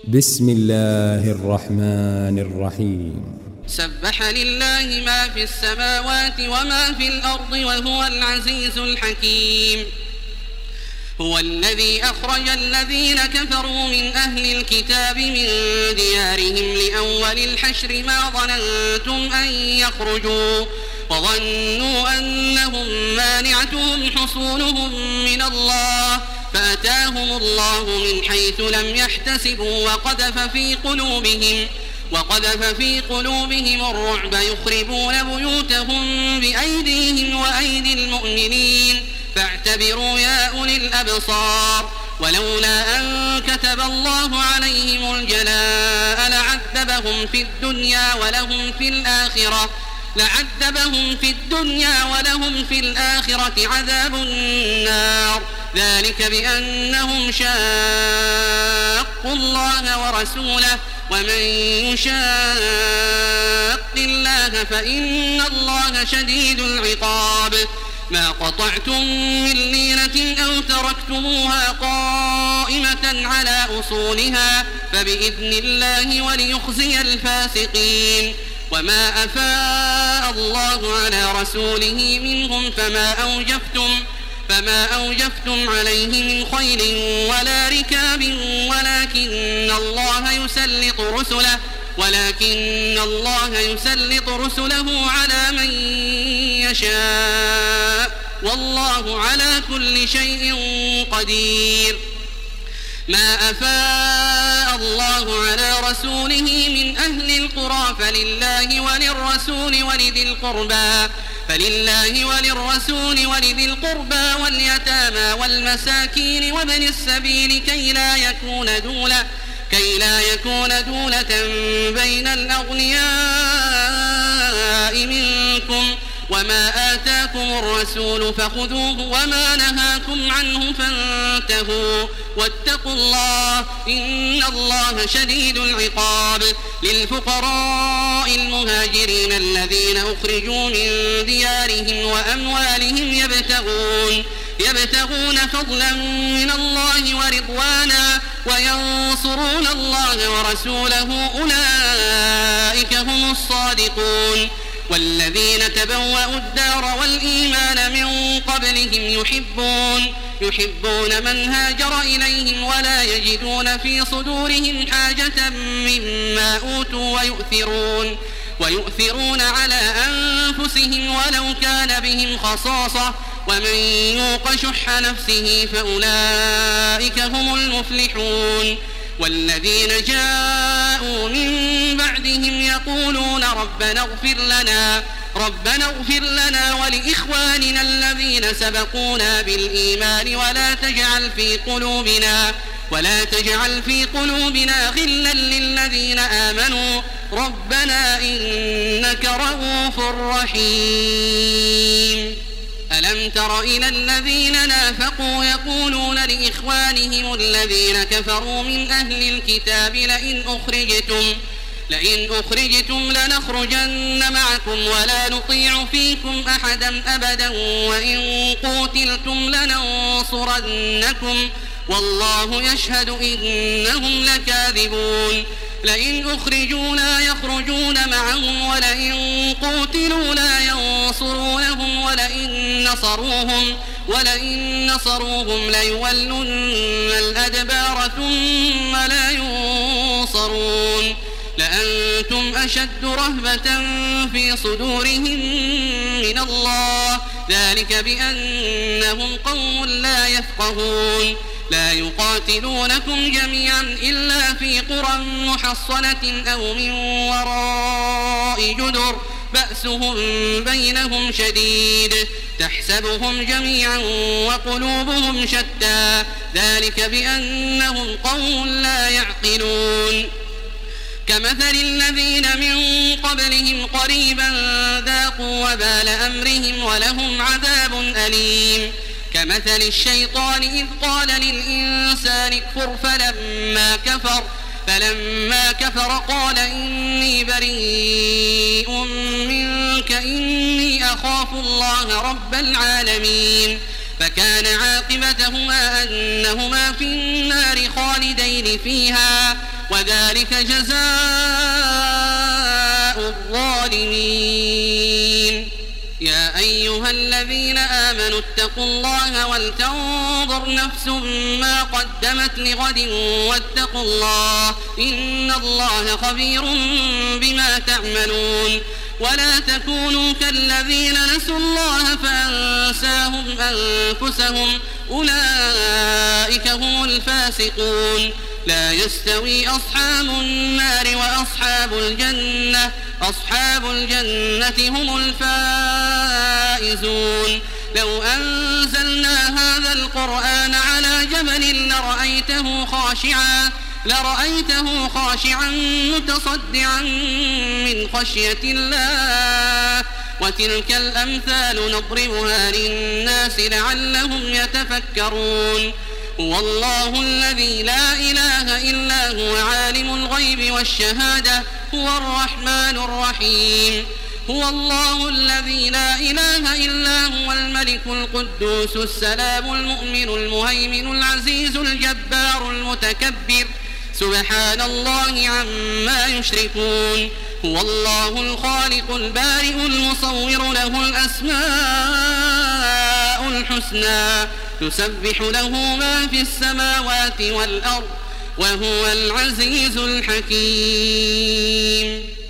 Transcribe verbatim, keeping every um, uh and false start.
بسم الله الرحمن الرحيم. سبح لله ما في السماوات وما في الأرض وهو العزيز الحكيم. هو الذي أخرج الذين كفروا من أهل الكتاب من ديارهم لأول الحشر ما ظننتم أن يخرجوا وظنوا أنهم مانعتهم حصونهم من الله فأتاهم الله من حيث لم يحتسبوا وقذف في قلوبهم وقذف في قلوبهم الرعب يخربون بيوتهم بأيديهم وأيدي المؤمنين فاعتبروا يا أولي الأبصار. ولولا أن كتب الله عليهم الجلاء لعذبهم في الدنيا ولهم في الآخرة لعذبهم في الدنيا ولهم في الآخرة عذاب النار ذلك بأنهم شاقوا الله ورسوله ومن يشاق الله فإن الله شديد العقاب. ما قطعتم من لينة أو تركتموها قائمة على أصولها فبإذن الله وليخزي الفاسقين. وما أفاء الله على رسوله منهم فما أوجفتم فما أوجفتم عليه من خيل ولا ركاب ولكن الله يسلط رسله ولكن الله يسلط رسله على من يشاء والله على كل شيء قدير. ما أفاء الله على رسوله من أهل القرى فلله وللرسول ولذي القربى فلله وللرسول ولذي القربى واليتامى والمساكين وابن السبيل كي لا يكون دولة كي لا يكون دولة بين الأغنياء منكم. وما آتاكم الرسول فخذوه وما نهاكم عنه فانتهوا واتقوا الله إن الله شديد العقاب. للفقراء المهاجرين الذين أخرجوا من ديارهم وأموالهم يبتغون يبتغون فضلا من الله ورضوانا وينصرون الله ورسوله أولئك هم الصادقون. والذين تبوأوا الدار والإيمان من قبلهم يحبون يحبون من هاجر إليهم ولا يجدون في صدورهم حاجة مما أوتوا ويؤثرون ويؤثرون على أنفسهم ولو كان بهم خصاصة ومن يوق شح نفسه فأولئك هم المفلحون. والذين جاءوا من بعدهم يقولون ربنا اغفر لنا ربنا اغفر لنا ولإخواننا الذين سبقونا بالإيمان ولا تجعل في قلوبنا ولا تجعل في قلوبنا غلا للذين آمنوا ربنا إنك رؤوف رحيم. ألم تر إلى الذين نافقوا يقولون لإخوانهم الذين كفروا من أهل الكتاب لئن أخرجتم لئن أخرجتم لنخرجن معكم ولا نطيع فيكم أحدا أبدا وإن قوتلتم لننصرنكم والله يشهد إنهم لكاذبون. لئن أخرجوا لا يخرجون معهم ولئن قوتلوا لا ينصرونهم ولئن نصروهم ولئن نصروهم ليولن الأدبار ثم لا ينصرون. لأنتم أشد رهبة في صدورهم من الله ذلك بأنهم قوم لا يفقهون. لا يقاتلونكم جميعا إلا في قرى محصنة أو من وراء جدر بأسهم بينهم شديد تحسبهم جميعا وقلوبهم شتى ذلك بأنهم قوم لا يعقلون. كمثل الذين من قبلهم قريبا ذاقوا وبال أمرهم ولهم عذاب أليم. كمثل الشيطان إذ قال للإنسان اكفر فلما كفر فلما كفر قال إني بريء منك إني أخاف الله رب العالمين. فكان عاقبتهما أنهما في النار خالدين فيها وذلك جزاء الظالمين. يا أيها الذين آمنوا اتقوا الله ولتنظر نفس ما قدمت لغد واتقوا الله إن الله خبير بما تعملون. ولا تكونوا كالذين نسوا الله فأنساهم أنفسهم أولئك هم الفاسقون. لا يستوي أصحاب النار وأصحاب الجنة أصحاب الجنة هم الفائزون. لو أنزلنا هذا القرآن على جبل لرأيته خاشعا لرأيته خاشعا متصدعا من خشية الله. وتلك الأمثال نضربها للناس لعلهم يتفكرون. هو الله الذي لا إله إلا هو عالم الغيب والشهادة هو الرحمن الرحيم. هو الله الذي لا إله إلا هو الملك القدوس السلام المؤمن المهيمن العزيز الجبار المتكبر سبحان الله عما يشركون. هو الله الخالق البارئ المصور له الأسماء الحسنى يسبح له ما في السماوات والأرض وهو العزيز الحكيم.